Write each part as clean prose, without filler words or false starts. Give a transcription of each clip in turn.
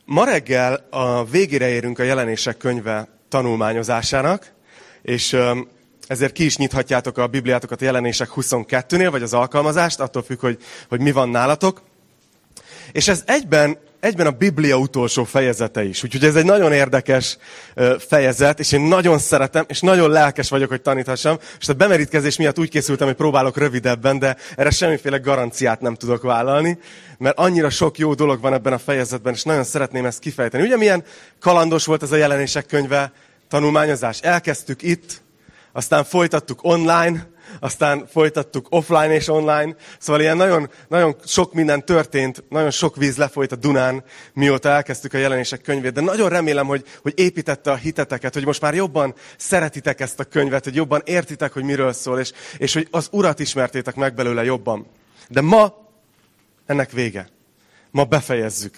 Ma reggel a végére érünk a Jelenések könyve tanulmányozásának, és ezért ki is nyithatjátok a Bibliátokat a Jelenések 22-nél, vagy az alkalmazást, attól függ, hogy mi van nálatok. És ez egyben a Biblia utolsó fejezete is. Úgyhogy ez egy nagyon érdekes fejezet, és én nagyon szeretem, és nagyon lelkes vagyok, hogy taníthassam. És a bemerítkezés miatt úgy készültem, hogy próbálok rövidebben, de erre semmiféle garanciát nem tudok vállalni, mert annyira sok jó dolog van ebben a fejezetben, és nagyon szeretném ezt kifejteni. Ugye milyen kalandos volt ez a Jelenések könyve tanulmányozás? Elkezdtük itt, aztán folytattuk online, aztán folytattuk offline és online. Szóval ilyen nagyon, nagyon sok minden történt, nagyon sok víz lefolyt a Dunán, mióta elkezdtük a Jelenések könyvét. De nagyon remélem, hogy építette a hiteteket, hogy most már jobban szeretitek ezt a könyvet, hogy jobban értitek, hogy miről szól, és hogy az Urat ismertétek meg belőle jobban. De ma ennek vége. Ma befejezzük.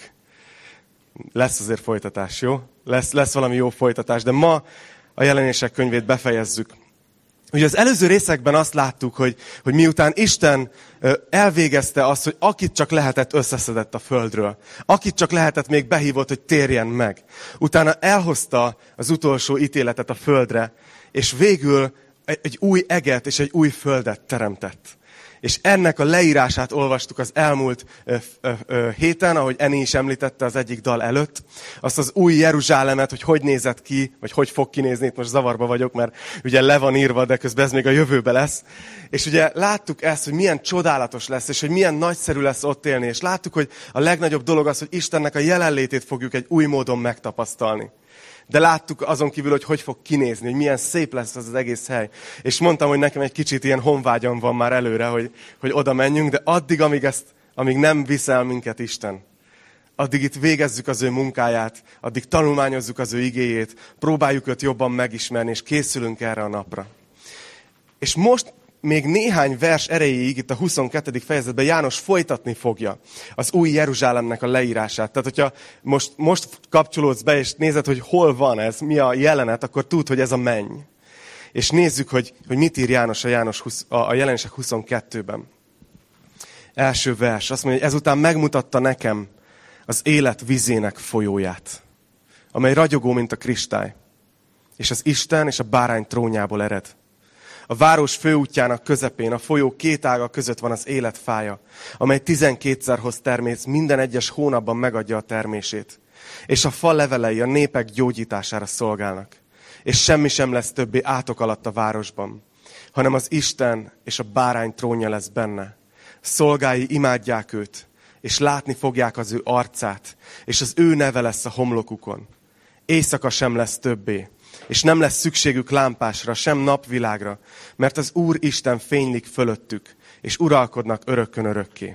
Lesz azért folytatás, jó? Lesz valami jó folytatás, de ma a Jelenések könyvét befejezzük. Ugye az előző részekben azt láttuk, hogy miután Isten elvégezte azt, hogy akit csak lehetett, összeszedett a földről. Akit csak lehetett, még behívott, hogy térjen meg. Utána elhozta az utolsó ítéletet a földre, és végül egy új eget és egy új földet teremtett. És ennek a leírását olvastuk az elmúlt héten, ahogy Eni is említette az egyik dal előtt. Azt az új Jeruzsálemet, hogy nézett ki, vagy hogy fog kinézni, itt most zavarba vagyok, mert ugye le van írva, de közben ez még a jövőbe lesz. És ugye láttuk ezt, hogy milyen csodálatos lesz, és hogy milyen nagyszerű lesz ott élni. És láttuk, hogy a legnagyobb dolog az, hogy Istennek a jelenlétét fogjuk egy új módon megtapasztalni. De láttuk azon kívül, hogy fog kinézni, hogy milyen szép lesz az egész hely. És mondtam, hogy nekem egy kicsit ilyen honvágyam van már előre, hogy oda menjünk, de addig, amíg nem viszel minket Isten, addig itt végezzük az ő munkáját, addig tanulmányozzuk az ő igéjét, próbáljuk őt jobban megismerni, és készülünk erre a napra. És most még néhány vers erejéig, itt a 22. fejezetben János folytatni fogja az új Jeruzsálemnek a leírását. Tehát, hogyha most kapcsolódsz be, és nézed, hogy hol van ez, mi a jelenet, akkor tudd, hogy ez a menny. És nézzük, hogy mit ír János a Jelenések 22-ben. Első vers, azt mondja, hogy ezután megmutatta nekem az élet vizének folyóját, amely ragyogó, mint a kristály, és az Isten és a bárány trónjából ered. A város főútjának közepén, a folyó két ága között van az élet fája, amely 12-szer hoz termés, minden egyes hónapban megadja a termését. És a fa levelei a népek gyógyítására szolgálnak. És semmi sem lesz többé átok alatt a városban, hanem az Isten és a bárány trónja lesz benne. Szolgái imádják őt, és látni fogják az ő arcát, és az ő neve lesz a homlokukon. Éjszaka sem lesz többé, és nem lesz szükségük lámpásra, sem napvilágra, mert az Úr Isten fénylik fölöttük, és uralkodnak örökkön örökké.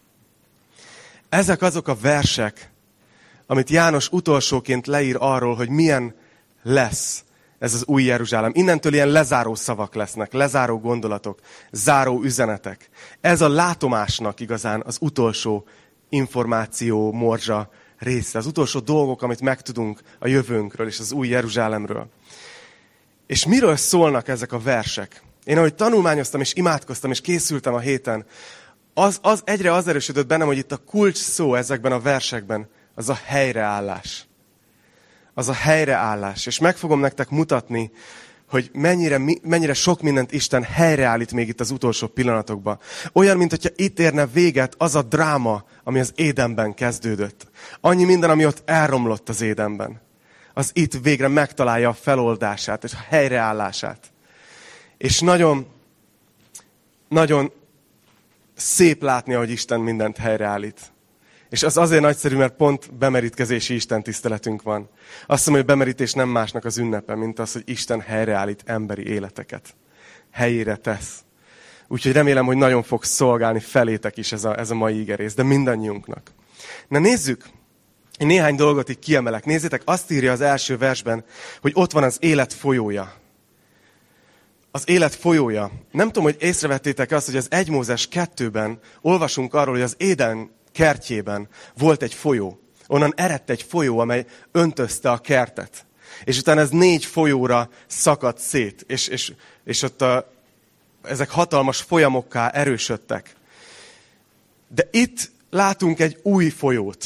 Ezek azok a versek, amit János utolsóként leír arról, hogy milyen lesz ez az új Jeruzsálem. Innentől ilyen lezáró szavak lesznek, lezáró gondolatok, záró üzenetek. Ez a látomásnak igazán az utolsó információ morzsa része, az utolsó dolgok, amit megtudunk a jövőnkről és az új Jeruzsálemről. És miről szólnak ezek a versek? Én ahogy tanulmányoztam és imádkoztam és készültem a héten, egyre az erősödött bennem, hogy itt a kulcs szó ezekben a versekben az a helyreállás. Az a helyreállás. És meg fogom nektek mutatni, hogy mennyire sok mindent Isten helyreállít még itt az utolsó pillanatokban. Olyan, mint hogyha itt érne véget az a dráma, ami az Édenben kezdődött. Annyi minden, ami ott elromlott az Édenben. Az itt végre megtalálja a feloldását és a helyreállását. És nagyon, nagyon szép látni, hogy Isten mindent helyreállít. És az azért nagyszerű, mert pont bemerítkezési Isten tiszteletünk van. Azt mondom, hogy bemerítés nem másnak az ünnepe, mint az, hogy Isten helyreállít emberi életeket. Helyére tesz. Úgyhogy remélem, hogy nagyon fog szolgálni felétek is ez a mai igerész, de mindannyiunknak. Na nézzük, én néhány dolgot így kiemelek. Nézzétek, azt írja az első versben, hogy ott van az élet folyója. Az élet folyója. Nem tudom, hogy észrevettétek azt, hogy az 1 Mózes 2-ben olvasunk arról, hogy az Éden kertjében volt egy folyó. Onnan eredt egy folyó, amely öntözte a kertet. És utána ez 4 folyóra szakadt szét. És ott ezek hatalmas folyamokká erősödtek. De itt látunk egy új folyót.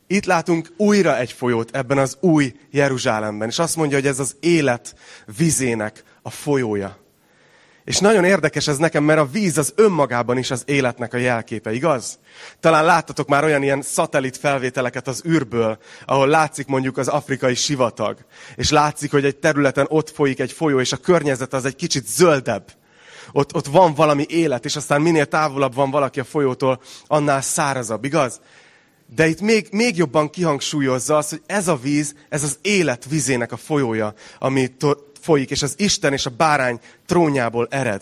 Itt látunk újra egy folyót ebben az új Jeruzsálemben. És azt mondja, hogy ez az élet vizének a folyója. És nagyon érdekes ez nekem, mert a víz az önmagában is az életnek a jelképe, igaz? Talán láttatok már olyan ilyen szatellit felvételeket az űrből, ahol látszik mondjuk az afrikai sivatag. És látszik, hogy egy területen ott folyik egy folyó, és a környezet az egy kicsit zöldebb. Ott van valami élet, és aztán minél távolabb van valaki a folyótól, annál szárazabb, igaz? De itt még jobban kihangsúlyozza az, hogy ez a víz, ez az élet vizének a folyója, ami folyik, és az Isten és a bárány trónjából ered.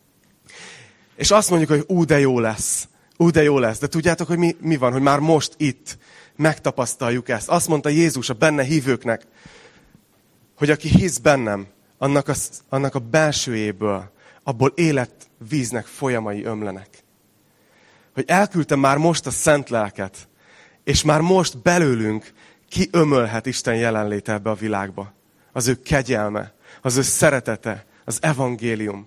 És azt mondjuk, hogy de jó lesz. De jó lesz. De tudjátok, hogy mi van? Hogy már most itt megtapasztaljuk ezt. Azt mondta Jézus a benne hívőknek, hogy aki hisz bennem, annak a belsőjéből, abból életvíznek folyamai ömlenek. Hogy elküldtem már most a szent lelket, és már most belőlünk kiömölhet Isten jelenléte ebbe a világba. Az ő kegyelme, az ő szeretete, az evangélium.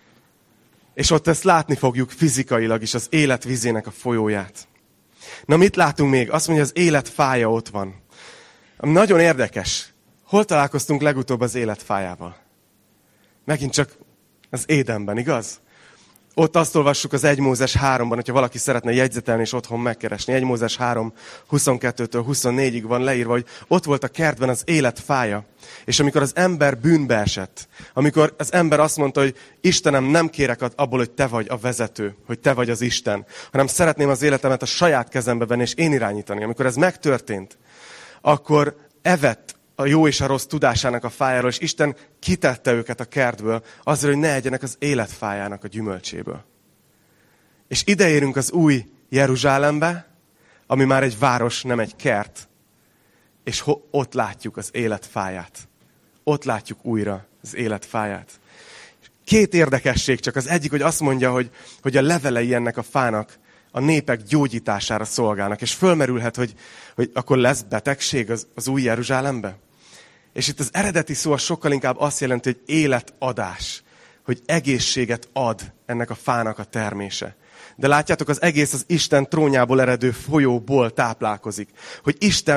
És ott ezt látni fogjuk fizikailag is, az élet vizének a folyóját. Na mit látunk még? Azt mondja, az élet fája ott van. Ami nagyon érdekes. Hol találkoztunk legutóbb az élet fájával? Megint csak az Édenben, igaz? Ott azt olvassuk az 1 Mózes 3-ban, hogyha valaki szeretne jegyzetelni és otthon megkeresni. 1 Mózes 3, 22-től 24-ig van leírva, hogy ott volt a kertben az élet fája. És amikor az ember bűnbe esett, amikor az ember azt mondta, hogy Istenem, nem kérek abból, hogy te vagy a vezető, hogy te vagy az Isten, hanem szeretném az életemet a saját kezembe venni és én irányítani. Amikor ez megtörtént, akkor evett a jó és a rossz tudásának a fájáról, és Isten kitette őket a kertből azért, hogy ne egyenek az életfájának a gyümölcséből. És ide érünk az új Jeruzsálembe, ami már egy város, nem egy kert, és ott látjuk az életfáját. Ott látjuk újra az életfáját. 2 érdekesség csak. Az egyik, hogy azt mondja, hogy a levelei ennek a fának a népek gyógyítására szolgálnak. És fölmerülhet, hogy akkor lesz betegség az új Jeruzsálembe. És itt az eredeti szó sokkal inkább azt jelenti, hogy életadás. Hogy egészséget ad ennek a fának a termése. De látjátok, az egész az Isten trónjából eredő folyóból táplálkozik. Hogy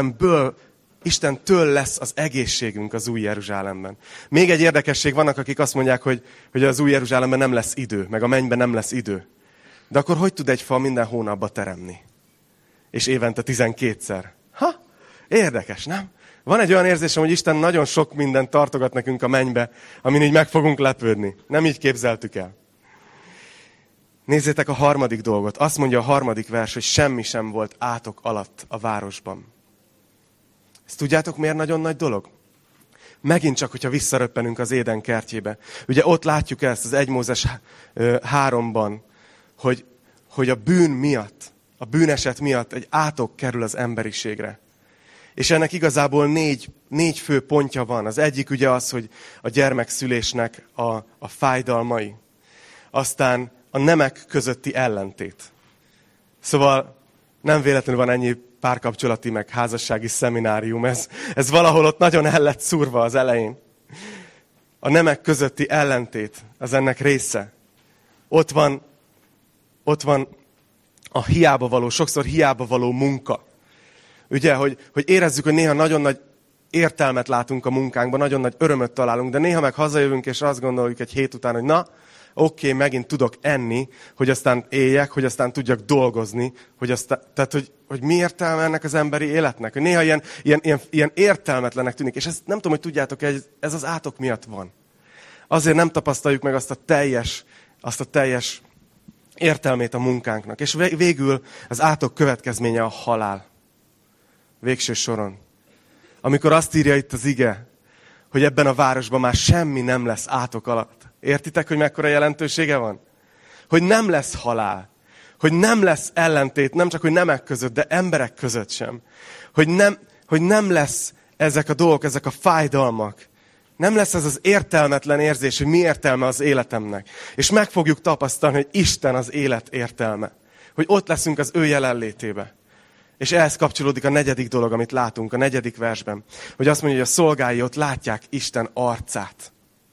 Istentől lesz az egészségünk az új Jeruzsálemben. Még egy érdekesség, vannak, akik azt mondják, hogy az új Jeruzsálemben nem lesz idő, meg a mennyben nem lesz idő. De akkor hogy tud egy fa minden hónapban teremni? És évente 12-szer. Érdekes, nem? Van egy olyan érzésem, hogy Isten nagyon sok mindent tartogat nekünk a mennybe, amin így meg fogunk lepődni. Nem így képzeltük el. Nézzétek a 3. dolgot. Azt mondja a 3. vers, hogy semmi sem volt átok alatt a városban. Ezt tudjátok, miért nagyon nagy dolog? Megint csak, hogyha visszaröppenünk az Éden kertjébe. Ugye ott látjuk ezt az 1 Mózes 3-ban, hogy a bűn miatt, a bűneset miatt egy átok kerül az emberiségre. És ennek igazából 4 fő pontja van. Az egyik ugye az, hogy a gyermekszülésnek a fájdalmai. Aztán a nemek közötti ellentét. Szóval nem véletlenül van ennyi párkapcsolati, meg házassági szeminárium. Ez valahol ott nagyon el lett szúrva az elején. A nemek közötti ellentét az ennek része. Ott van a sokszor hiába való munka. Ugye, hogy érezzük, hogy néha nagyon nagy értelmet látunk a munkánkban, nagyon nagy örömöt találunk, de néha meg hazajövünk, és azt gondoljuk egy hét után, hogy oké, megint tudok enni, hogy aztán éljek, hogy aztán tudjak dolgozni, hogy mi értelme ennek az emberi életnek. Hogy néha ilyen értelmetlenek tűnik, és ezt nem tudom, hogy tudjátok, ez az átok miatt van. Azért nem tapasztaljuk meg azt a teljes értelmét a munkánknak. És végül az átok következménye a halál. Végső soron. Amikor azt írja itt az ige, hogy ebben a városban már semmi nem lesz átok alatt. Értitek, hogy mekkora jelentősége van? Hogy nem lesz halál. Hogy nem lesz ellentét, nem csak, hogy nemek között, de emberek között sem. Hogy nem lesz ezek a dolgok, ezek a fájdalmak. Nem lesz ez az értelmetlen érzés, hogy mi értelme az életemnek. És meg fogjuk tapasztalni, hogy Isten az élet értelme. Hogy ott leszünk az ő jelenlétébe. És ehhez kapcsolódik a 4. dolog, amit látunk a 4. versben. Hogy azt mondja, hogy a szolgái ott látják Isten arcát.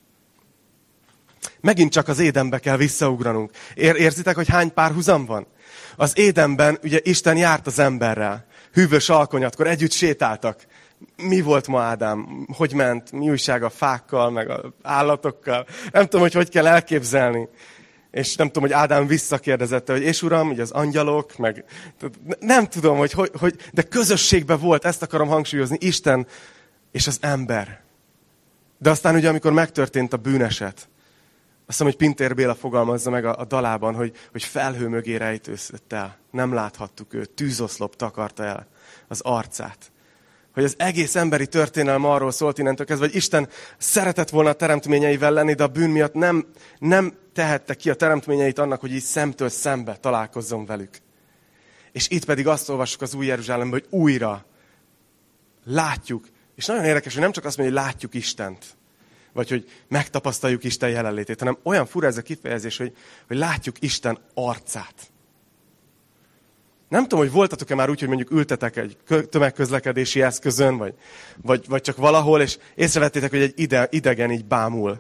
Megint csak az Édenbe kell visszaugranunk. Érzitek, hogy hány párhuzam van? Az Édenben ugye Isten járt az emberrel. hűvös alkonyatkor együtt sétáltak. Mi volt ma Ádám? Hogy ment? Mi újság a fákkal, meg az állatokkal? Nem tudom, hogy kell elképzelni. És nem tudom, hogy Ádám visszakérdezette, hogy és uram, így az angyalok, meg nem tudom, hogy de közösségben volt, ezt akarom hangsúlyozni, Isten és az ember. De aztán ugye, amikor megtörtént a bűneset, azt hiszem, hogy Pintér Béla fogalmazza meg a dalában, hogy felhő mögé rejtőzött el. Nem láthattuk őt, tűzoszlop takarta el az arcát. Hogy az egész emberi történelem arról szólt innentől kezdve, hogy Isten szeretett volna a teremtményeivel lenni, de a bűn miatt nem tehette ki a teremtményeit annak, hogy így szemtől szembe találkozzon velük. És itt pedig azt olvassuk az Új Jeruzsálemben, hogy újra látjuk. És nagyon érdekes, hogy nem csak azt mondja, hogy látjuk Istent, vagy hogy megtapasztaljuk Isten jelenlétét, hanem olyan fura ez a kifejezés, hogy látjuk Isten arcát. Nem tudom, hogy voltatok-e már úgy, hogy mondjuk ültetek egy tömegközlekedési eszközön, vagy csak valahol, és észrevettétek, hogy egy idegen így bámul.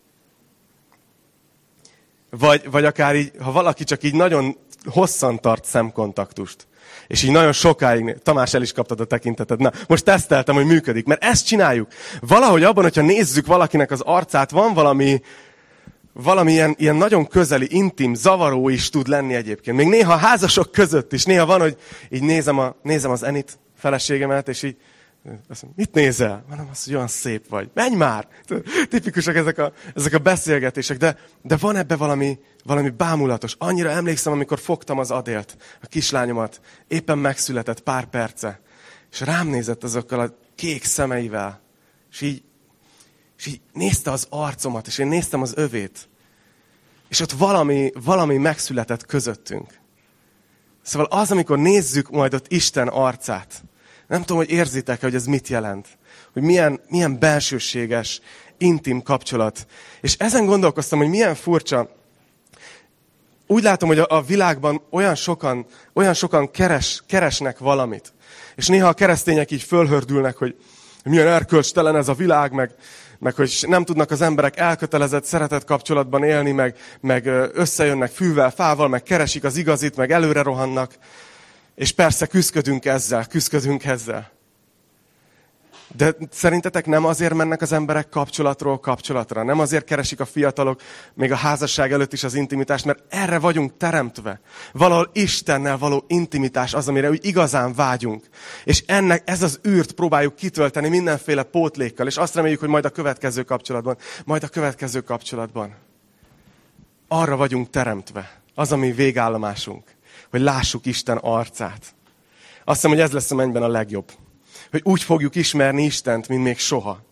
Vagy akár így, ha valaki csak így nagyon hosszan tart szemkontaktust, és így nagyon sokáig, Tamás, el is kaptad a tekinteted. Na, most teszteltem, hogy működik, mert ezt csináljuk. Valahogy abban, hogyha nézzük valakinek az arcát, van valami ilyen nagyon közeli, intim, zavaró is tud lenni egyébként. Még néha házasok között is. Néha van, hogy így nézem az Enit, feleségemet, és így azt mondom, mit nézel? Mondom azt, hogy olyan szép vagy. Menj már! Tipikusak ezek a beszélgetések, de van ebbe valami bámulatos. Annyira emlékszem, amikor fogtam az Adélt, a kislányomat, éppen megszületett pár perce, és rám nézett azokkal a kék szemeivel, és így nézte az arcomat, és én néztem az övét. És ott valami megszületett közöttünk. Szóval az, amikor nézzük majd ott Isten arcát, nem tudom, hogy érzitek-e, hogy ez mit jelent. Hogy milyen belsőséges, intim kapcsolat. És ezen gondolkoztam, hogy milyen furcsa. Úgy látom, hogy a világban olyan sokan keresnek valamit. És néha a keresztények így fölhördülnek, hogy milyen erkölcstelen ez a világ, meg hogy nem tudnak az emberek elkötelezett szeretet kapcsolatban élni, meg összejönnek fűvel, fával, meg keresik az igazit, meg előre rohannak. És persze küszködünk ezzel. De szerintetek nem azért mennek az emberek kapcsolatról kapcsolatra? Nem azért keresik a fiatalok, még a házasság előtt is az intimitást, mert erre vagyunk teremtve. Valahol Istennel való intimitás az, amire úgy igazán vágyunk. És ez az űrt próbáljuk kitölteni mindenféle pótlékkal, és azt reméljük, hogy majd a következő kapcsolatban. Arra vagyunk teremtve. Az, ami végállomásunk. Hogy lássuk Isten arcát. Azt hiszem, hogy ez lesz a mennyben a legjobb. Hogy úgy fogjuk ismerni Istent, mint még soha.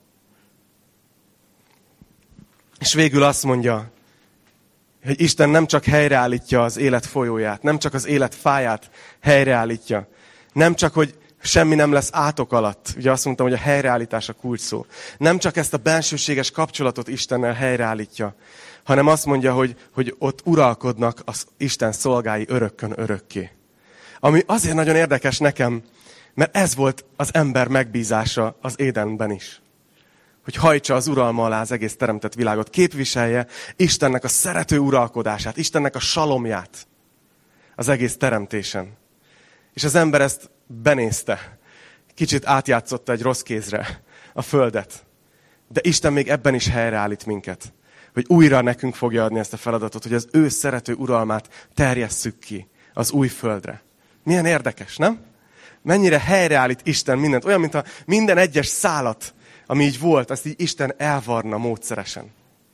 És végül azt mondja, hogy Isten nem csak helyreállítja az élet folyóját, nem csak az élet fáját helyreállítja, nem csak, hogy semmi nem lesz átok alatt. Ugye azt mondtam, hogy a helyreállítás a kulcs szó. Nem csak ezt a bensőséges kapcsolatot Istennel helyreállítja, hanem azt mondja, hogy ott uralkodnak az Isten szolgái örökkön örökké. Ami azért nagyon érdekes nekem, mert ez volt az ember megbízása az Édenben is. Hogy hajtsa az uralma alá az egész teremtett világot. Képviselje Istennek a szerető uralkodását, Istennek a salomját az egész teremtésen. És az ember ezt benézte. Kicsit átjátszotta egy rossz kézre a földet. De Isten még ebben is helyreállít minket. Hogy újra nekünk fogja adni ezt a feladatot, hogy az ő szerető uralmát terjesszük ki az új földre. Milyen érdekes, nem? Mennyire helyreállít Isten mindent. Olyan, mintha minden egyes szálat, ami így volt, azt így Isten elvarna módszeresen.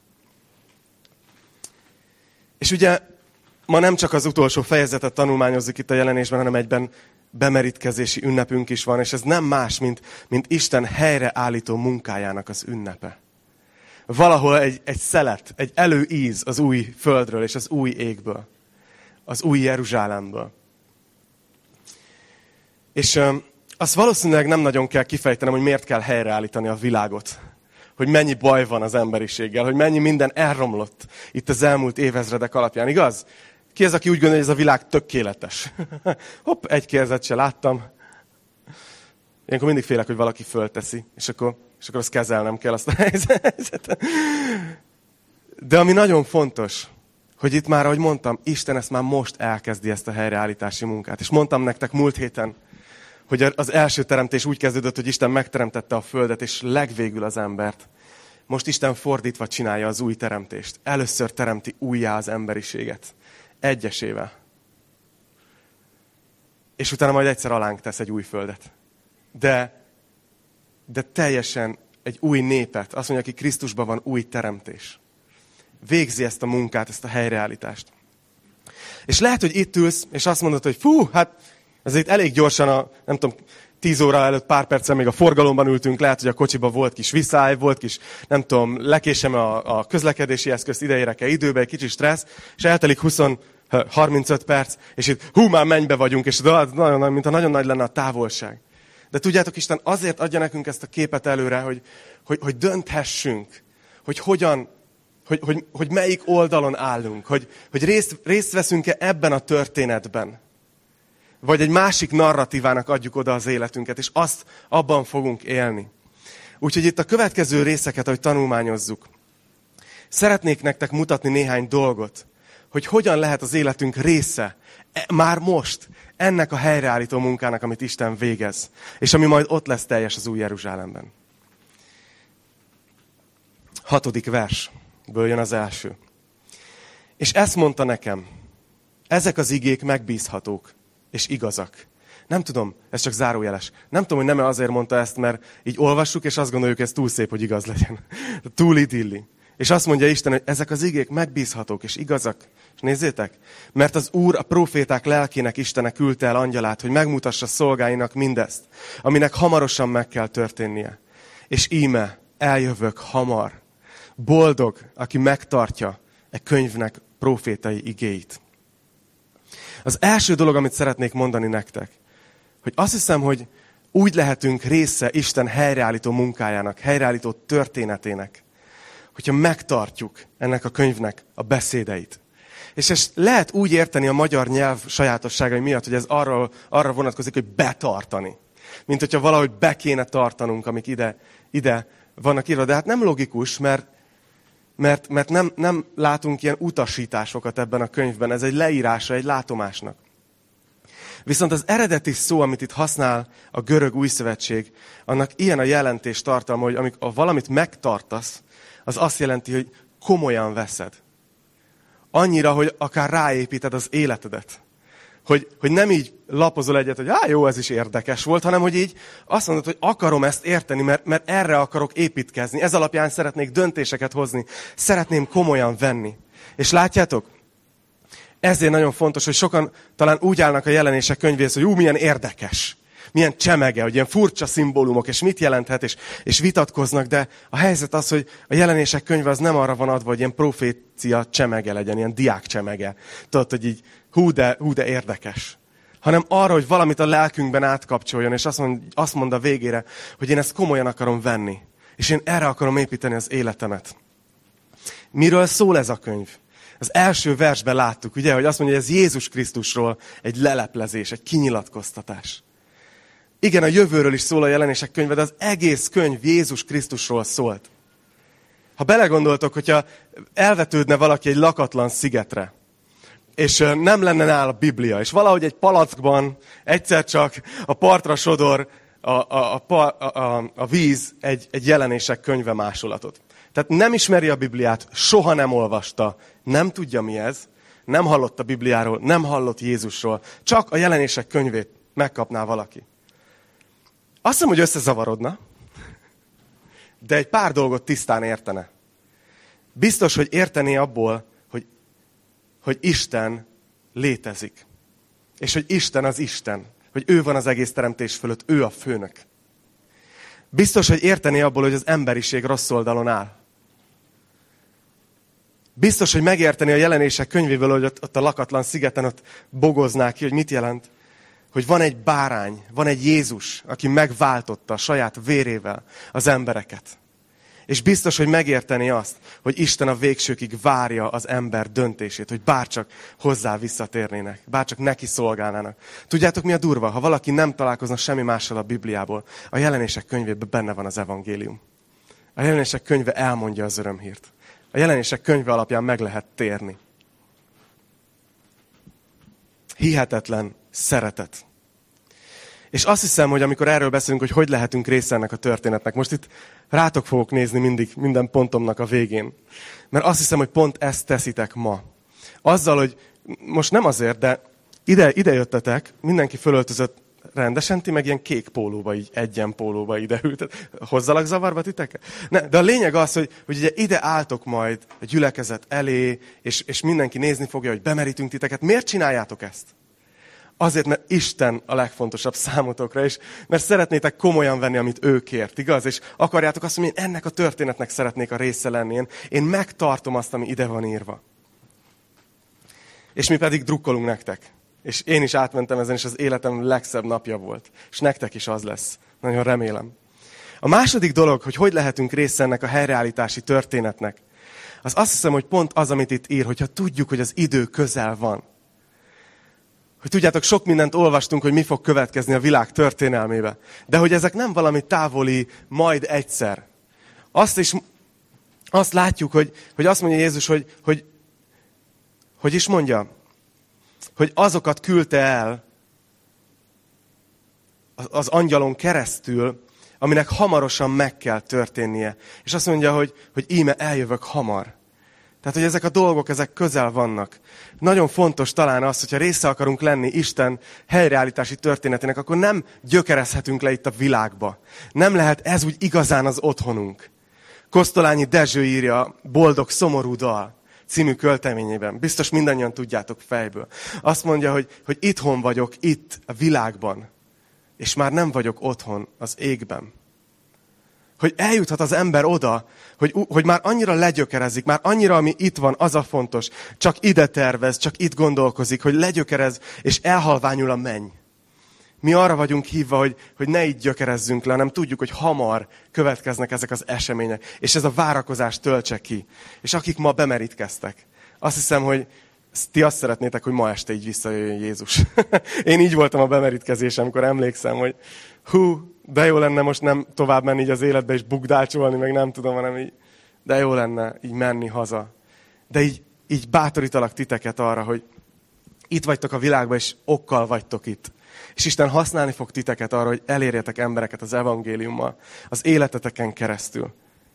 És ugye ma nem csak az utolsó fejezetet tanulmányozzuk itt a jelenésben, hanem egyben bemerítkezési ünnepünk is van, és ez nem más, mint Isten helyreállító munkájának az ünnepe. Valahol egy szelet, egy előíz az új földről és az új égből, az új Jeruzsálemből. És azt valószínűleg nem nagyon kell kifejtenem, hogy miért kell helyreállítani a világot. Hogy mennyi baj van az emberiséggel, hogy mennyi minden elromlott itt az elmúlt évezredek alapján, igaz? Ki az, aki úgy gondolja, hogy ez a világ tökéletes? Hopp, egy kézet se láttam. Ilyenkor mindig félek, hogy valaki fölteszi, és akkor azt kezelnem kell azt a helyzetet. De ami nagyon fontos, hogy itt már, ahogy mondtam, Isten ezt már most elkezdi ezt a helyreállítási munkát. És mondtam nektek múlt héten, hogy az első teremtés úgy kezdődött, hogy Isten megteremtette a földet, és legvégül az embert. Most Isten fordítva csinálja az új teremtést. Először teremti újjá az emberiséget. Egyesével. És utána majd egyszer alánk tesz egy új földet. De teljesen egy új népet. Azt mondja, aki Krisztusban van, új teremtés. Végzi ezt a munkát, ezt a helyreállítást. És lehet, hogy itt ülsz, és azt mondod, hogy fú, hát ezért elég gyorsan, nem tudom, 10 óra előtt pár perccel még a forgalomban ültünk, lehet, hogy a kocsiban volt kis viszály, volt kis, nem tudom, lekésem a közlekedési eszközt, ideérek el időbe, egy kicsi stressz, és eltelik 35 perc, és itt már mennybe vagyunk, és nagyon, mintha nagyon nagy lenne a távolság. De tudjátok, Isten azért adja nekünk ezt a képet előre, hogy dönthessünk, hogy melyik oldalon állunk, hogy részt veszünk-e ebben a történetben. Vagy egy másik narratívának adjuk oda az életünket, és abban fogunk élni. Úgyhogy itt a következő részeket, ahogy tanulmányozzuk, szeretnék nektek mutatni néhány dolgot, hogy hogyan lehet az életünk része, már most, ennek a helyreállító munkának, amit Isten végez, és ami majd ott lesz teljes az új Jeruzsálemben. 6. versből jön az első. És ezt mondta nekem, ezek az igék megbízhatók, és igazak. Nem tudom, ez csak zárójeles. Nem tudom, hogy nem azért mondta ezt, mert így olvassuk, és azt gondoljuk, ez túl szép, hogy igaz legyen. Túl idilli. És azt mondja Isten, hogy ezek az igék megbízhatók, és igazak. És nézzétek, mert az Úr a próféták lelkének Istene küldte el angyalát, hogy megmutassa szolgáinak mindezt, aminek hamarosan meg kell történnie. És íme, eljövök hamar. Boldog, aki megtartja e könyvnek prófétai igéit. Az első dolog, amit szeretnék mondani nektek, hogy azt hiszem, hogy úgy lehetünk része Isten helyreállító munkájának, helyreállító történetének, hogyha megtartjuk ennek a könyvnek a beszédeit. És ezt lehet úgy érteni a magyar nyelv sajátosságai miatt, hogy ez arra vonatkozik, hogy betartani. Mint hogyha valahogy be kéne tartanunk, amik ide vannak írva. De hát nem logikus, mert nem látunk ilyen utasításokat ebben a könyvben. Ez egy leírása egy látomásnak. Viszont az eredeti szó, amit itt használ a görög újszövetség, annak ilyen a jelentés tartalma, hogy amikor valamit megtartasz, az azt jelenti, hogy komolyan veszed. Annyira, hogy akár ráépíted az életedet. Hogy nem így lapozol egyet, hogy jó, ez is érdekes volt, hanem hogy így azt mondod, hogy akarom ezt érteni, mert erre akarok építkezni. Ez alapján szeretnék döntéseket hozni. Szeretném komolyan venni. És látjátok? Ezért nagyon fontos, hogy sokan talán úgy állnak a Jelenések könyvéhez, hogy milyen érdekes, milyen csemege, hogy ilyen furcsa szimbólumok, és mit jelenthet, és vitatkoznak, de a helyzet az, hogy a Jelenések könyve az nem arra van adva, hogy ilyen profécia csemege legyen, ilyen diák csemege. Tudod, hogy így hú de érdekes. Hanem arra, hogy valamit a lelkünkben átkapcsoljon, és azt mond a végére, hogy én ezt komolyan akarom venni. És én erre akarom építeni az életemet. Miről szól ez a könyv? Az első versben láttuk, ugye, hogy azt mondja, hogy ez Jézus Krisztusról egy leleplezés, egy kinyilatkoztatás. Igen, a jövőről is szól a Jelenések könyve, de az egész könyv Jézus Krisztusról szólt. Ha belegondoltok, hogyha elvetődne valaki egy lakatlan szigetre, és nem lenne nála Biblia, és valahogy egy palackban egyszer csak a partra sodor a víz egy Jelenések könyve másolatot. Tehát nem ismeri a Bibliát, soha nem olvasta, nem tudja mi ez, nem hallott a Bibliáról, nem hallott Jézusról, csak a Jelenések könyvét megkapná valaki. Azt hiszem, hogy összezavarodna, de egy pár dolgot tisztán értene. Biztos, hogy értené abból, hogy Isten létezik. És hogy Isten az Isten. Hogy ő van az egész teremtés fölött, ő a főnök. Biztos, hogy értené abból, hogy az emberiség rossz oldalon áll. Biztos, hogy megérteni a Jelenések könyvéből, hogy ott a lakatlan szigeten ott bogoznák ki, hogy mit jelent. Hogy van egy bárány, van egy Jézus, aki megváltotta a saját vérével az embereket. És biztos, hogy megérteni azt, hogy Isten a végsőkig várja az ember döntését, hogy bárcsak hozzá visszatérnének, bárcsak neki szolgálnának. Tudjátok, mi a durva? Ha valaki nem találkozna semmi mással a Bibliából, a Jelenések könyvében benne van az evangélium. A Jelenések könyve elmondja az örömhírt. A Jelenések könyve alapján meg lehet térni. Hihetetlen szeretet. És azt hiszem, hogy amikor erről beszélünk, hogy lehetünk része ennek a történetnek, most itt rátok fogok nézni mindig, minden pontomnak a végén. Mert azt hiszem, hogy pont ezt teszitek ma. Azzal, hogy most nem azért, de ide jöttetek, mindenki fölöltözött rendesen, ti meg ilyen kék pólóba, így egyen pólóba ide ültet. Hozzalak zavarba titeket? De a lényeg az, hogy ugye ide álltok majd a gyülekezet elé, és mindenki nézni fogja, hogy bemerítünk titeket. Miért csináljátok ezt? Azért, mert Isten a legfontosabb számotokra, és mert szeretnétek komolyan venni, amit ő kért, igaz? És akarjátok azt, hogy én ennek a történetnek szeretnék a része lenni. Én megtartom azt, ami ide van írva. És mi pedig drukkolunk nektek. És én is átmentem ezen, és az életem legszebb napja volt. És nektek is az lesz. Nagyon remélem. A második dolog, hogy lehetünk része ennek a helyreállítási történetnek, az azt hiszem, hogy pont az, amit itt ír, hogyha tudjuk, hogy az idő közel van. Hogy tudjátok, sok mindent olvastunk, hogy mi fog következni a világ történelmébe. De hogy ezek nem valami távoli, majd egyszer. Azt látjuk, hogy azt mondja Jézus, hogy is mondja, hogy azokat küldte el az angyalon keresztül, aminek hamarosan meg kell történnie. És azt mondja, hogy íme eljövök hamar. Tehát, hogy ezek a dolgok, ezek közel vannak. Nagyon fontos talán az, hogyha része akarunk lenni Isten helyreállítási történetének, akkor nem gyökerezhetünk le itt a világba. Nem lehet ez úgy igazán az otthonunk. Kosztolányi Dezső írja Boldog szomorú dal című költeményében. Biztos mindannyian tudjátok fejből. Azt mondja, hogy itthon vagyok itt a világban, és már nem vagyok otthon az égben. Hogy eljuthat az ember oda, hogy már annyira legyökerezik, már annyira, ami itt van, az a fontos. Csak ide tervez, csak itt gondolkozik, hogy legyökerez, és elhalványul a menny. Mi arra vagyunk hívva, hogy ne így gyökerezzünk le, hanem tudjuk, hogy hamar következnek ezek az események. És ez a várakozás töltse ki. És akik ma bemerítkeztek, azt hiszem, hogy ti azt szeretnétek, hogy ma este így visszajöjjön Jézus. Én így voltam a bemerítkezésem, amikor emlékszem, hogy de jó lenne most nem tovább menni így az életbe, és bukdácsolni, meg nem tudom, hanem így, de jó lenne így menni haza. De így bátorítalak titeket arra, hogy itt vagytok a világban, és okkal vagytok itt. És Isten használni fog titeket arra, hogy elérjetek embereket az evangéliummal, az életeteken keresztül.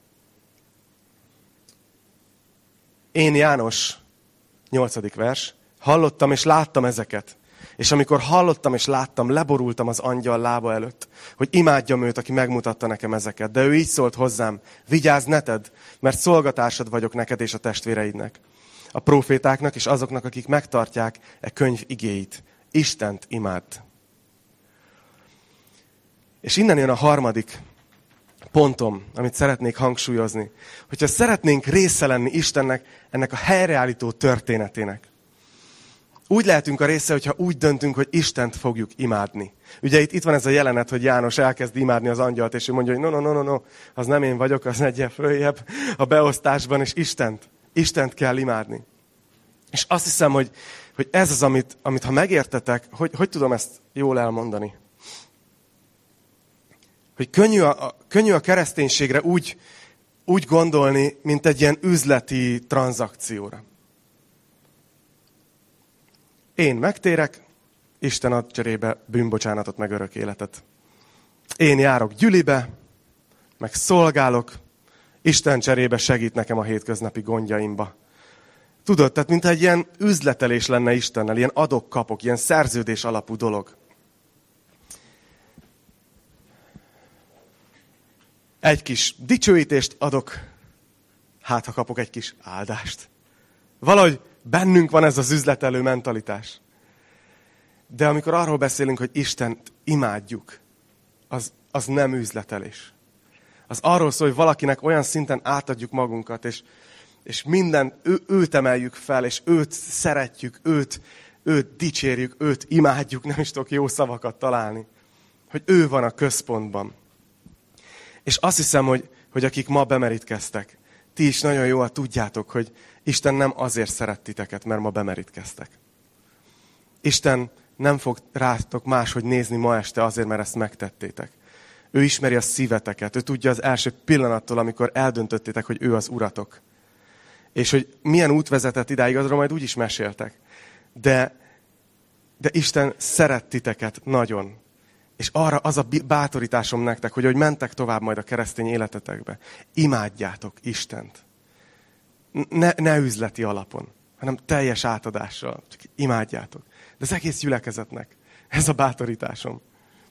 Én, János, 8. vers, hallottam és láttam ezeket. És amikor hallottam és láttam, leborultam az angyal lába előtt, hogy imádjam őt, aki megmutatta nekem ezeket. De ő így szólt hozzám, vigyázz, ne tedd, mert szolgatársad vagyok neked és a testvéreidnek, a prófétáknak és azoknak, akik megtartják e könyv igéit. Istent imádd. És innen jön a harmadik pontom, amit szeretnék hangsúlyozni. Hogyha szeretnénk része lenni Istennek, ennek a helyreállító történetének, úgy lehetünk a része, hogyha úgy döntünk, hogy Istent fogjuk imádni. Ugye itt van ez a jelenet, hogy János elkezd imádni az angyalt, és ő mondja, hogy no, az nem én vagyok, az egyen följebb a beosztásban, és Istent kell imádni. És azt hiszem, hogy ez az, amit ha megértetek, hogy tudom ezt jól elmondani. Hogy könnyű a kereszténységre úgy gondolni, mint egy ilyen üzleti tranzakcióra. Én megtérek, Isten ad cserébe bűnbocsánatot, meg örök életet. Én járok gyülibe, meg szolgálok, Isten cserébe segít nekem a hétköznapi gondjaimba. Tudod, tehát mintha egy ilyen üzletelés lenne Istennel, ilyen adok-kapok, ilyen szerződés alapú dolog. Egy kis dicsőítést adok, hát ha kapok egy kis áldást. Valahogy bennünk van ez az üzletelő mentalitás. De amikor arról beszélünk, hogy Istent imádjuk, az nem üzletelés. Az arról szól, hogy valakinek olyan szinten átadjuk magunkat, és minden őt emeljük fel, és őt szeretjük, őt dicsérjük, őt imádjuk, nem is tudok jó szavakat találni. Hogy ő van a központban. És azt hiszem, hogy akik ma bemerítkeztek, ti is nagyon jól tudjátok, hogy Isten nem azért szeret titeket, mert ma bemerítkeztek. Isten nem fog rátok máshogy nézni ma este azért, mert ezt megtettétek. Ő ismeri a szíveteket, ő tudja az első pillanattól, amikor eldöntöttétek, hogy ő az uratok. És hogy milyen út vezetett idáig, azról majd úgy is meséltek. De Isten szeret titeket nagyon. És arra az a bátorításom nektek, hogy mentek tovább majd a keresztény életetekbe, imádjátok Istent. Ne üzleti alapon, hanem teljes átadással. Csak imádjátok. De az egész gyülekezetnek. Ez a bátorításom.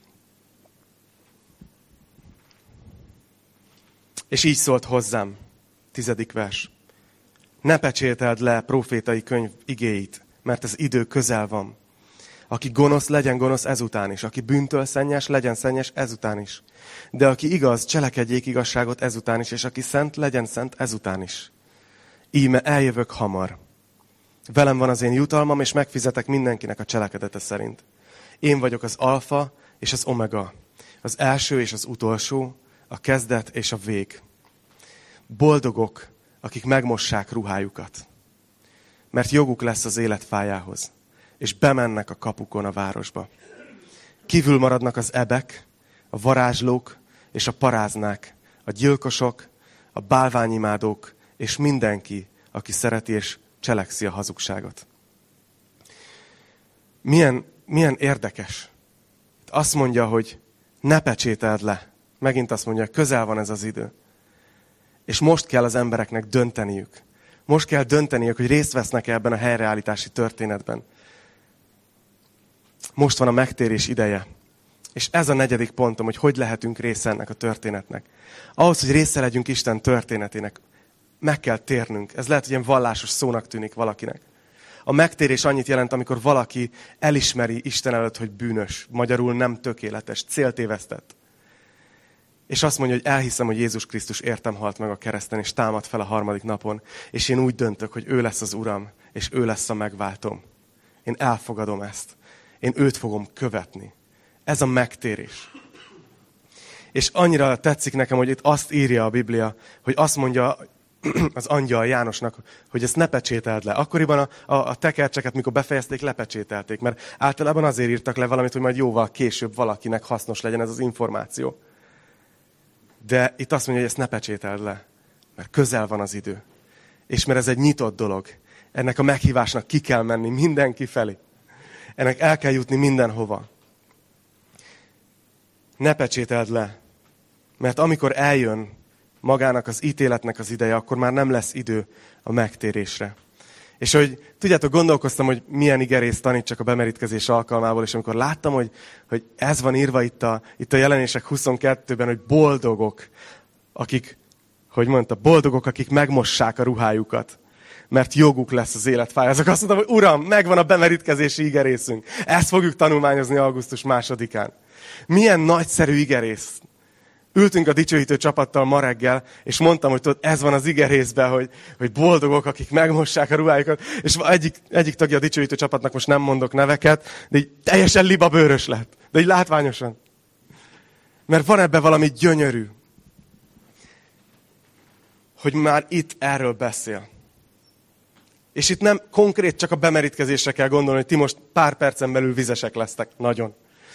És így szólt hozzám, 10. vers. Ne pecsételd le profétai könyv igéit, mert az idő közel van. Aki gonosz, legyen gonosz ezután is. Aki bűntől szennyes, legyen szennyes ezután is. De aki igaz, cselekedjék igazságot ezután is, és aki szent, legyen szent ezután is. Íme eljövök hamar. Velem van az én jutalmam, és megfizetek mindenkinek a cselekedete szerint. Én vagyok az alfa és az omega, az első és az utolsó, a kezdet és a vég. Boldogok, akik megmossák ruhájukat, mert joguk lesz az életfájához, és bemennek a kapukon a városba. Kívül maradnak az ebek, a varázslók és a paráznák, a gyilkosok, a bálványimádók, és mindenki, aki szereti és cselekszi a hazugságot. Milyen érdekes. Azt mondja, hogy ne pecsételd le. Megint azt mondja, közel van ez az idő. És most kell az embereknek dönteniük. Most kell dönteniük, hogy részt vesznek-e ebben a helyreállítási történetben. Most van a megtérés ideje. És ez a 4. pontom, hogy lehetünk része ennek a történetnek. Ahhoz, hogy része legyünk Isten történetének, meg kell térnünk. Ez lehet, hogy ilyen vallásos szónak tűnik valakinek. A megtérés annyit jelent, amikor valaki elismeri Isten előtt, hogy bűnös, magyarul nem tökéletes, céltévesztett. És azt mondja, hogy elhiszem, hogy Jézus Krisztus értem halt meg a kereszten, és támad fel a 3. napon. És én úgy döntök, hogy ő lesz az Uram, és ő lesz a megváltom. Én elfogadom ezt. Én őt fogom követni. Ez a megtérés. És annyira tetszik nekem, hogy itt azt írja a Biblia, hogy azt mondja az angyal Jánosnak, hogy ezt ne pecsételd le. Akkoriban a tekercseket, mikor befejezték, lepecsételték, mert általában azért írtak le valamit, hogy majd jóval később valakinek hasznos legyen ez az információ. De itt azt mondja, hogy ezt ne pecsételd le, mert közel van az idő. És mert ez egy nyitott dolog. Ennek a meghívásnak ki kell menni mindenki felé. Ennek el kell jutni mindenhova. Ne pecsételd le, mert amikor eljön magának az ítéletnek az ideje, akkor már nem lesz idő a megtérésre. És hogy tudjátok, gondolkoztam, hogy milyen igerészt tanítsak a bemerítkezés alkalmából, és amikor láttam, hogy ez van írva itt a Jelenések 22-ben, hogy boldogok, akik megmossák a ruhájukat, mert joguk lesz az életfája. Azok azt mondtam, hogy Uram, megvan a bemerítkezési igerészünk. Ezt fogjuk tanulmányozni augusztus 2-án. Milyen nagyszerű igerész. Ültünk a dicsőítő csapattal ma reggel, és mondtam, hogy tudod, ez van az igerészben, hogy boldogok, akik megmossák a ruhájukat. És egyik tagja a dicsőítő csapatnak, most nem mondok neveket, de így teljesen libabőrös lett. De így látványosan. Mert van ebben valami gyönyörű. Hogy már itt erről beszél. És itt nem konkrét csak a bemerítkezésre kell gondolni, hogy ti most pár percen belül vizesek lesztek. Nagyon.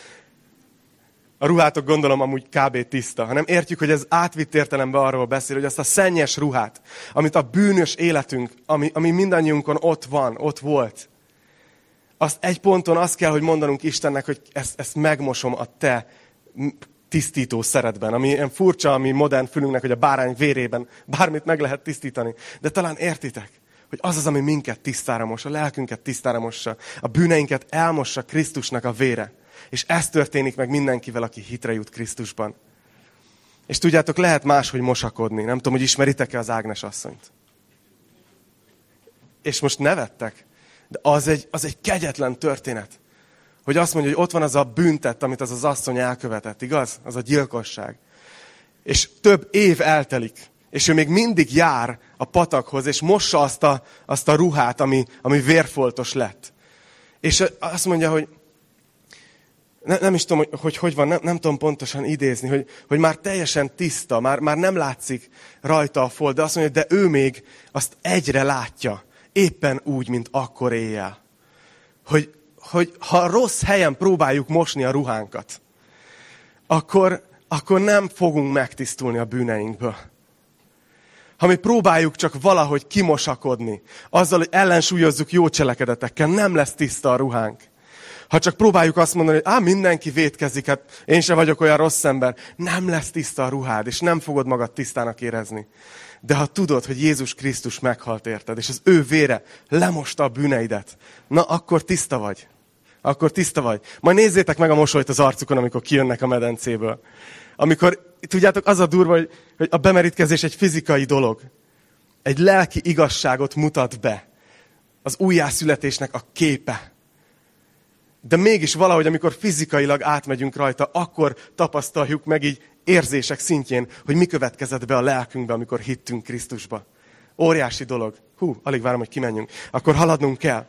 A ruhátok gondolom amúgy kb. Tiszta, hanem értjük, hogy ez átvitt értelemben arról beszél, hogy azt a szennyes ruhát, amit a bűnös életünk, ami mindannyiunkon ott van, ott volt, azt egy ponton azt kell, hogy mondanunk Istennek, hogy ezt megmosom a te tisztító szeretben, ami ilyen furcsa, ami modern fülünknek, hogy a bárány vérében bármit meg lehet tisztítani. De talán értitek, hogy az az, ami minket tisztára mos, a lelkünket tisztára mossa, a bűneinket elmossa Krisztusnak a vére. És ez történik meg mindenkivel, aki hitre jut Krisztusban. És tudjátok, lehet máshogy mosakodni. Nem tudom, hogy ismeritek-e az Ágnes asszonyt. És most nevettek. De az egy kegyetlen történet. Hogy azt mondja, hogy ott van az a bűntett, amit az asszony elkövetett, igaz? Az a gyilkosság. És több év eltelik. És ő még mindig jár a patakhoz, és mossa azt a ruhát, ami vérfoltos lett. És azt mondja, hogy nem is tudom, hogy van, nem tudom pontosan idézni, hogy már teljesen tiszta, már nem látszik rajta a folt, de azt mondja, de ő még azt egyre látja, éppen úgy, mint akkor éjjel. Hogy ha rossz helyen próbáljuk mosni a ruhánkat, akkor nem fogunk megtisztulni a bűneinkből. Ha mi próbáljuk csak valahogy kimosakodni, azzal, hogy ellensúlyozzuk jó cselekedetekkel, nem lesz tiszta a ruhánk. Ha csak próbáljuk azt mondani, hogy mindenki vétkezik, hát én sem vagyok olyan rossz ember, nem lesz tiszta a ruhád, és nem fogod magad tisztának érezni. De ha tudod, hogy Jézus Krisztus meghalt érted, és az ő vére lemosta a bűneidet, na akkor tiszta vagy. Akkor tiszta vagy. Majd nézzétek meg a mosolyt az arcukon, amikor kijönnek a medencéből. Amikor, tudjátok, az a durva, hogy a bemerítkezés egy fizikai dolog. Egy lelki igazságot mutat be. Az újjászületésnek a képe. De mégis valahogy, amikor fizikailag átmegyünk rajta, akkor tapasztaljuk meg így érzések szintjén, hogy mi következett be a lelkünkbe, amikor hittünk Krisztusba. Óriási dolog. Alig várom, hogy kimenjünk. Akkor haladnunk kell.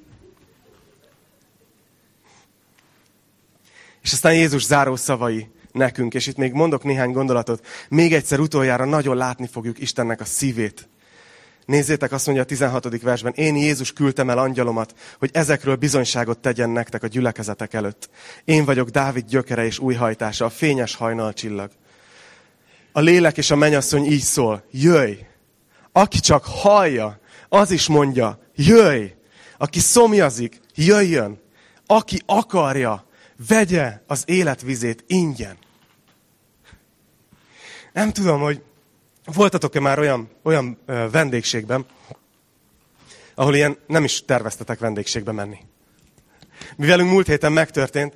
És aztán Jézus záró szavai nekünk, és itt még mondok néhány gondolatot. Még egyszer utoljára nagyon látni fogjuk Istennek a szívét. Nézzétek, azt mondja a 16. versben, én Jézus küldtem el angyalomat, hogy ezekről bizonyságot tegyen nektek a gyülekezetek előtt. Én vagyok Dávid gyökere és újhajtása, a fényes hajnalcsillag. A lélek és a mennyasszony így szól, jöjj! Aki csak hallja, az is mondja, jöjj! Aki szomjazik, jöjjön! Aki akarja, vegye az életvizét ingyen. Nem tudom, hogy voltatok-e már olyan vendégségben, ahol ilyen nem is terveztetek vendégségbe menni. Mi velünk múlt héten megtörtént,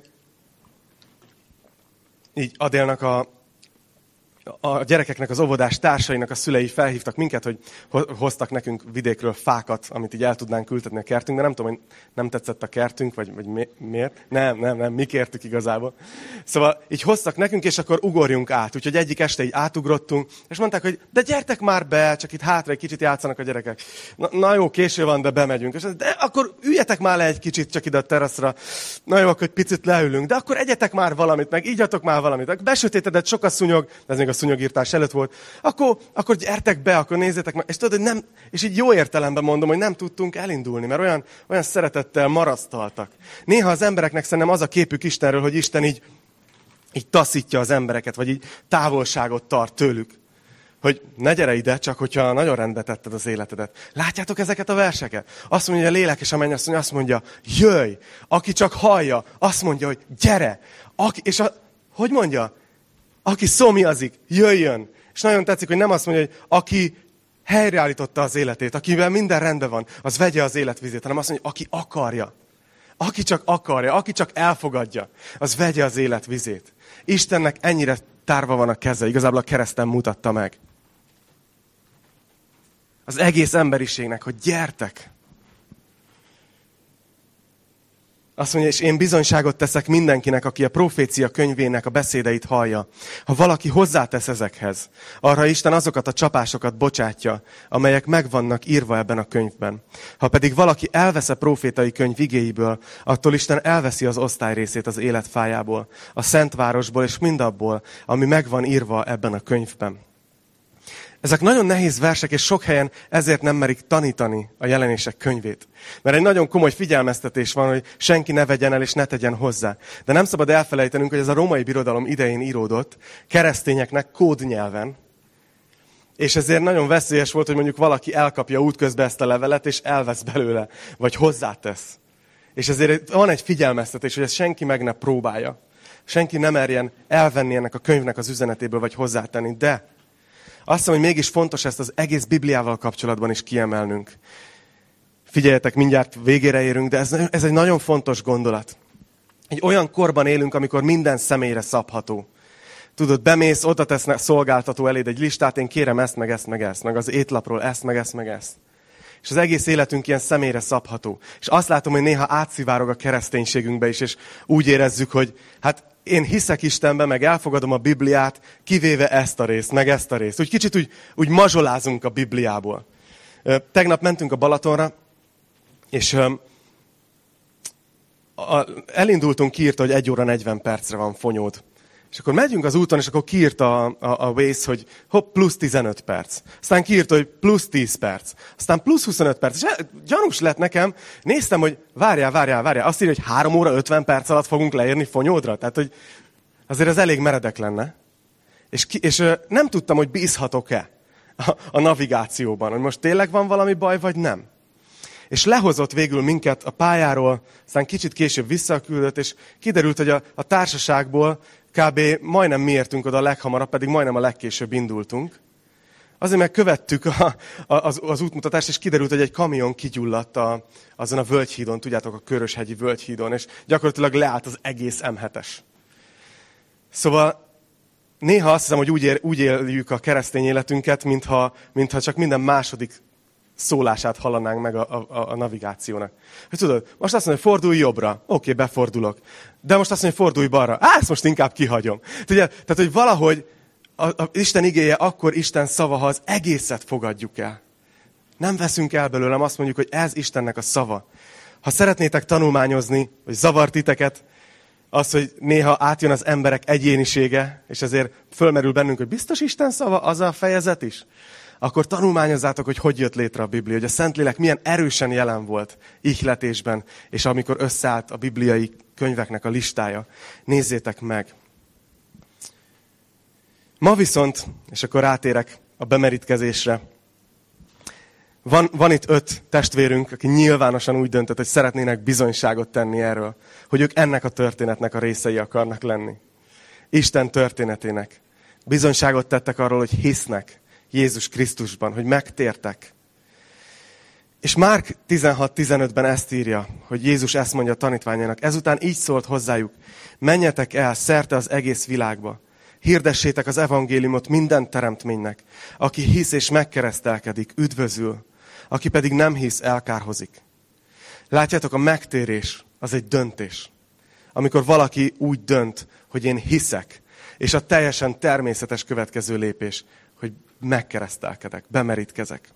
így Adélnak a gyerekeknek, az óvodás társainak a szülei felhívtak minket, hogy hoztak nekünk vidékről fákat, amit így el tudnánk ültetni a kertünkbe. Nem tudom, hogy nem tetszett a kertünk, vagy miért. Nem, mi kértük igazából. Szóval így hoztak nekünk, és akkor ugorjunk át. Úgyhogy egyik este így átugrottunk, és mondták, hogy de gyertek már be, csak itt hátra egy kicsit játszanak a gyerekek. Na jó, késő van, de bemegyünk. És de akkor üljetek már le egy kicsit csak ide a teraszra. Na jó, akkor egy picit leülünk, de akkor egyetek már valamit, meg ígyatok már valamit. Besötétedett, sok a szúnyog, ez még a szúnyogírtás előtt volt, akkor gyertek be, akkor nézzétek meg. És tudod, hogy nem, és így jó értelemben mondom, hogy nem tudtunk elindulni, mert olyan szeretettel marasztaltak. Néha az embereknek szerintem az a képük Istenről, hogy Isten így taszítja az embereket, vagy így távolságot tart tőlük. Hogy ne gyere ide, csak hogyha nagyon rendbe tetted az életedet. Látjátok ezeket a verseket? Azt mondja, hogy a lélek és a mennyasszony azt mondja, jöjj! Aki csak hallja, azt mondja, hogy gyere! Hogy mondja? Aki szomjazik, jöjjön. És nagyon tetszik, hogy nem azt mondja, hogy aki helyreállította az életét, akivel minden rendben van, az vegye az életvizét, hanem azt mondja, aki akarja. Aki csak akarja, aki csak elfogadja, az vegye az életvizét. Istennek ennyire tárva van a keze, igazából a kereszten mutatta meg. Az egész emberiségnek, hogy gyertek. Azt mondja, és én bizonyságot teszek mindenkinek, aki a profécia könyvének a beszédeit hallja. Ha valaki hozzátesz ezekhez, arra Isten azokat a csapásokat bocsátja, amelyek meg vannak írva ebben a könyvben. Ha pedig valaki elvesz a profétai könyv igéiből, attól Isten elveszi az osztályrészét az életfájából, a Szentvárosból és mindabból, ami meg van írva ebben a könyvben. Ezek nagyon nehéz versek, és sok helyen ezért nem merik tanítani a jelenések könyvét. Mert egy nagyon komoly figyelmeztetés van, hogy senki ne vegyen el és ne tegyen hozzá. De nem szabad elfelejtenünk, hogy ez a római birodalom idején íródott keresztényeknek kódnyelven. És ezért nagyon veszélyes volt, hogy mondjuk valaki elkapja útközben ezt a levelet, és elvesz belőle, vagy hozzátesz. És ezért van egy figyelmeztetés, hogy ezt senki meg ne próbálja. Senki ne merjen elvenni ennek a könyvnek az üzenetéből, vagy hozzátenni. De azt hiszem, hogy mégis fontos ezt az egész Bibliával kapcsolatban is kiemelnünk. Figyeljetek, mindjárt végére érünk, de ez egy nagyon fontos gondolat. Egy olyan korban élünk, amikor minden személyre szabható. Tudod, bemész, oda tesznek szolgáltató eléd egy listát, én kérem ezt, meg ezt, meg ezt, meg az étlapról ezt, meg ezt, meg ezt. És az egész életünk ilyen személyre szabható. És azt látom, hogy néha átszivárog a kereszténységünkbe is, és úgy érezzük, hogy hát én hiszek Istenbe, meg elfogadom a Bibliát, kivéve ezt a részt, meg ezt a részt. Úgy kicsit úgy mazsolázunk a Bibliából. Tegnap mentünk a Balatonra, és elindultunk, kiírta, hogy 1 óra 40 percre van Fonyód. És akkor megyünk az úton, és akkor kiírta a Waze, hogy hopp, plusz 15 perc. Aztán kiírta, hogy plusz 10 perc. Aztán plusz 25 perc. És gyanús lett nekem. Néztem, hogy várjál. Azt írja, hogy 3 óra 50 perc alatt fogunk leérni Fonyódra. Tehát, hogy azért ez elég meredek lenne. És nem tudtam, hogy bízhatok-e a navigációban. Hogy most tényleg van valami baj, vagy nem. És lehozott végül minket a pályáról, aztán kicsit később visszaküldött, és kiderült, hogy a társaságból kb. Majdnem mi értünk oda a leghamarabb, pedig majdnem a legkésőbb indultunk. Azért meg követtük az útmutatást, és kiderült, hogy egy kamion kigyulladt azon a völgyhídon, tudjátok, a Köröshegyi völgyhídon, és gyakorlatilag leállt az egész M7-es. Szóval néha azt hiszem, hogy úgy éljük a keresztény életünket, mintha csak minden második szólását hallanánk meg a navigációnak. Hogy tudod, most azt mondja, hogy fordulj jobbra. Oké, befordulok. De most azt mondja, hogy fordulj balra. Ezt most inkább kihagyom. Tehát, hogy valahogy az Isten igéje akkor Isten szava, ha az egészet fogadjuk el. Nem veszünk el belőle, nem azt mondjuk, hogy ez Istennek a szava. Ha szeretnétek tanulmányozni, hogy zavar titeket, az, hogy néha átjön az emberek egyénisége, és ezért fölmerül bennünk, hogy biztos Isten szava, az a fejezet is, akkor tanulmányozzátok, hogy jött létre a Biblia, hogy a Szentlélek milyen erősen jelen volt ihletésben, és amikor összeállt a bibliai könyveknek a listája. Nézzétek meg! Ma viszont, és akkor rátérek a bemerítkezésre, van itt 5 testvérünk, aki nyilvánosan úgy döntött, hogy szeretnének bizonyságot tenni erről, hogy ők ennek a történetnek a részei akarnak lenni. Isten történetének. Bizonyságot tettek arról, hogy hisznek Jézus Krisztusban, hogy megtértek. És Márk 16:15-ben ezt írja, hogy Jézus ezt mondja a tanítványainak. Ezután így szólt hozzájuk, menjetek el szerte az egész világba. Hirdessétek az evangéliumot minden teremtménynek. Aki hisz és megkeresztelkedik, üdvözül. Aki pedig nem hisz, elkárhozik. Látjátok, a megtérés az egy döntés. Amikor valaki úgy dönt, hogy én hiszek, és a teljesen természetes következő lépés, hogy megkeresztelkedek, bemerítkezek.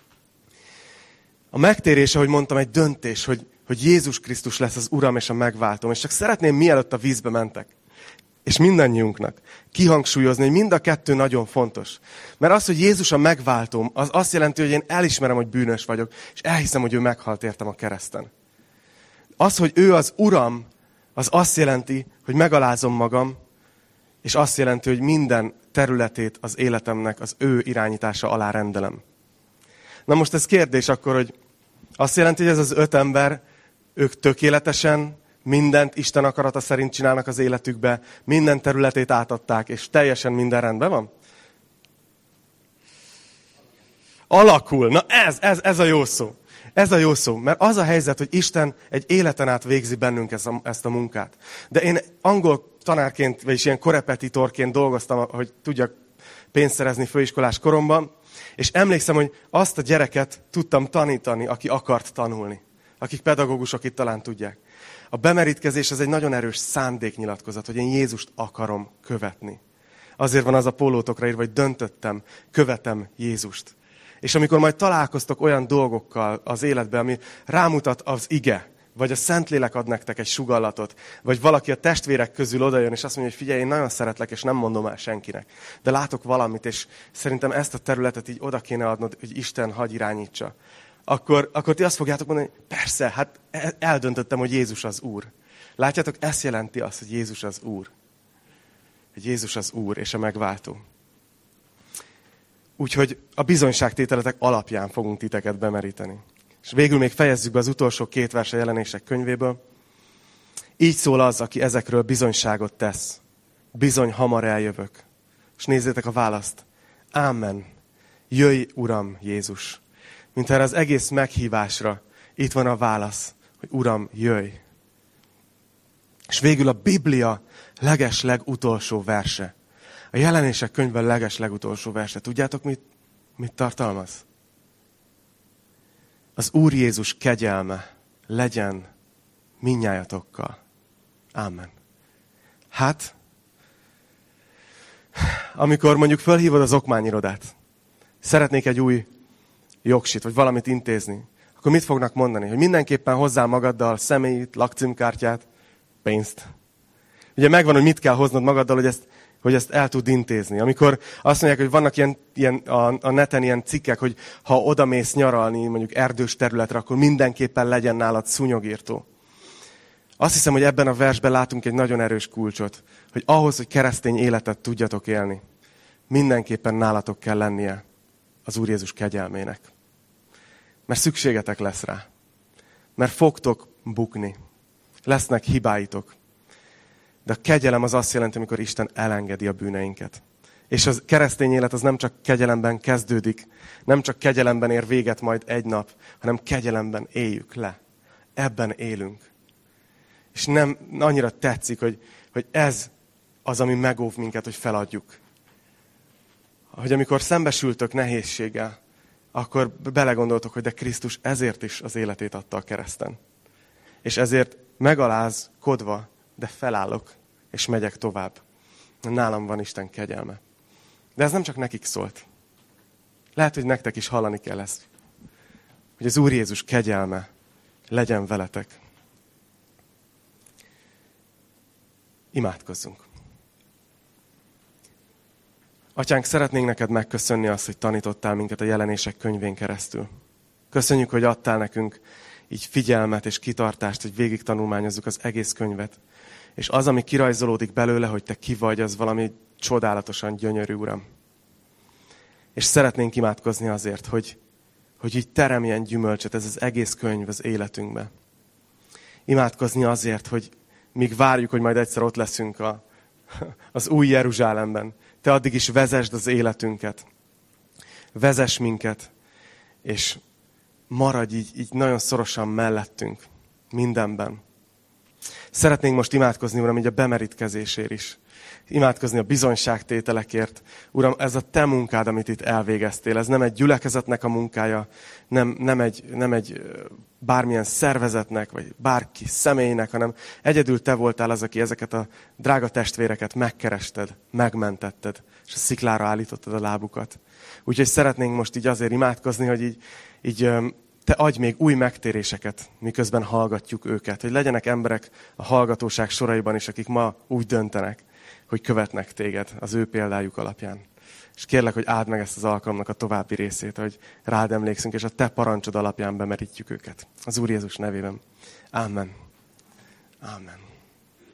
A megtérés, ahogy mondtam, egy döntés, hogy Jézus Krisztus lesz az Uram és a megváltom. És csak szeretném, mielőtt a vízbe mentek, és mindannyiunknak kihangsúlyozni, hogy mind a kettő nagyon fontos. Mert az, hogy Jézus a megváltóm, az azt jelenti, hogy én elismerem, hogy bűnös vagyok, és elhiszem, hogy ő meghalt értem a kereszten. Az, hogy ő az Uram, az azt jelenti, hogy megalázom magam, és azt jelenti, hogy minden területét az életemnek az ő irányítása alá rendelem. Na most ez kérdés akkor, hogy azt jelenti, hogy ez az 5 ember, ők tökéletesen mindent Isten akarata szerint csinálnak az életükbe, minden területét átadták, és teljesen minden rendben van? Alakul. Na ez a jó szó. Ez a jó szó, mert az a helyzet, hogy Isten egy életen át végzi bennünk ezt a munkát. De én angol tanárként, vagyis ilyen korepetitorként dolgoztam, hogy tudjak pénzt szerezni főiskolás koromban, és emlékszem, hogy azt a gyereket tudtam tanítani, aki akart tanulni. Akik pedagógusok itt talán tudják. A bemerítkezés az egy nagyon erős szándéknyilatkozat, hogy én Jézust akarom követni. Azért van az a pólótokra írva, hogy döntöttem, követem Jézust. És amikor majd találkoztok olyan dolgokkal az életben, ami rámutat az ige, vagy a Szentlélek ad nektek egy sugallatot, vagy valaki a testvérek közül odajön, és azt mondja, hogy figyelj, én nagyon szeretlek, és nem mondom el senkinek. De látok valamit, és szerintem ezt a területet így oda kéne adnod, hogy Isten hagy irányítsa. Akkor ti azt fogjátok mondani, hogy persze, hát eldöntöttem, hogy Jézus az Úr. Látjátok, ezt jelenti azt, hogy Jézus az Úr. Hogy Jézus az Úr és a megváltó. Úgyhogy a bizonyságtételetek alapján fogunk titeket bemeríteni. És végül még fejezzük be az utolsó 2 vers a Jelenések könyvéből. Így szól az, aki ezekről bizonyságot tesz. Bizony, hamar eljövök. És nézzétek a választ. Ámen. Jöjj, Uram Jézus. Mint erre az egész meghívásra itt van a válasz, hogy Uram, jöjj. És végül a Biblia legeslegutolsó verse. A Jelenések könyvben legeslegutolsó verse. Tudjátok, mit tartalmaz? Az Úr Jézus kegyelme legyen mindnyájatokkal. Ámen. Hát, amikor mondjuk fölhívod az okmányirodát, szeretnék egy új jogsit, vagy valamit intézni, akkor mit fognak mondani? Hogy mindenképpen hozzá magaddal személyit, lakcímkártyát, pénzt. Ugye megvan, hogy mit kell hoznod magaddal, hogy ezt el tud intézni. Amikor azt mondják, hogy vannak a neten ilyen cikkek, hogy ha odamész nyaralni mondjuk erdős területre, akkor mindenképpen legyen nálad szúnyogírtó. Azt hiszem, hogy ebben a versben látunk egy nagyon erős kulcsot, hogy ahhoz, hogy keresztény életet tudjatok élni, mindenképpen nálatok kell lennie az Úr Jézus kegyelmének. Mert szükségetek lesz rá. Mert fogtok bukni. Lesznek hibáitok. De a kegyelem az azt jelenti, amikor Isten elengedi a bűneinket. És a keresztény élet az nem csak kegyelemben kezdődik, nem csak kegyelemben ér véget majd egy nap, hanem kegyelemben éljük le. Ebben élünk. És nem annyira tetszik, hogy ez az, ami megóv minket, hogy feladjuk. Hogy amikor szembesültök nehézséggel, akkor belegondoltok, hogy de Krisztus ezért is az életét adta a kereszten. És ezért megalázkodva, de felállok, és megyek tovább. Nálam van Isten kegyelme. De ez nem csak nekik szólt. Lehet, hogy nektek is hallani kell ezt. Hogy az Úr Jézus kegyelme legyen veletek. Imádkozzunk. Atyánk, szeretnénk neked megköszönni azt, hogy tanítottál minket a Jelenések könyvén keresztül. Köszönjük, hogy adtál nekünk így figyelmet és kitartást, hogy végig tanulmányozzuk az egész könyvet. És az, ami kirajzolódik belőle, hogy te ki vagy, az valami csodálatosan gyönyörű, Uram. És szeretnénk imádkozni azért, hogy így teremjen gyümölcsöt ez az egész könyv az életünkbe. Imádkozni azért, hogy míg várjuk, hogy majd egyszer ott leszünk az új Jeruzsálemben. Te addig is vezesd az életünket. Vezess minket, és maradj így nagyon szorosan mellettünk mindenben. Szeretnénk most imádkozni, Uram, így a bemerítkezésért is. Imádkozni a bizonyságtételekért. Uram, ez a te munkád, amit itt elvégeztél. Ez nem egy gyülekezetnek a munkája, nem egy bármilyen szervezetnek, vagy bárki személynek, hanem egyedül te voltál az, aki ezeket a drága testvéreket megkerested, megmentetted, és a sziklára állítottad a lábukat. Úgyhogy szeretnénk most így azért imádkozni, hogy így te adj még új megtéréseket, miközben hallgatjuk őket. Hogy legyenek emberek a hallgatóság soraiban is, akik ma úgy döntenek, hogy követnek téged az ő példájuk alapján. És kérlek, hogy áld meg ezt az alkalomnak a további részét, hogy rád emlékszünk, és a te parancsod alapján bemerítjük őket. Az Úr Jézus nevében. Amen. Amen.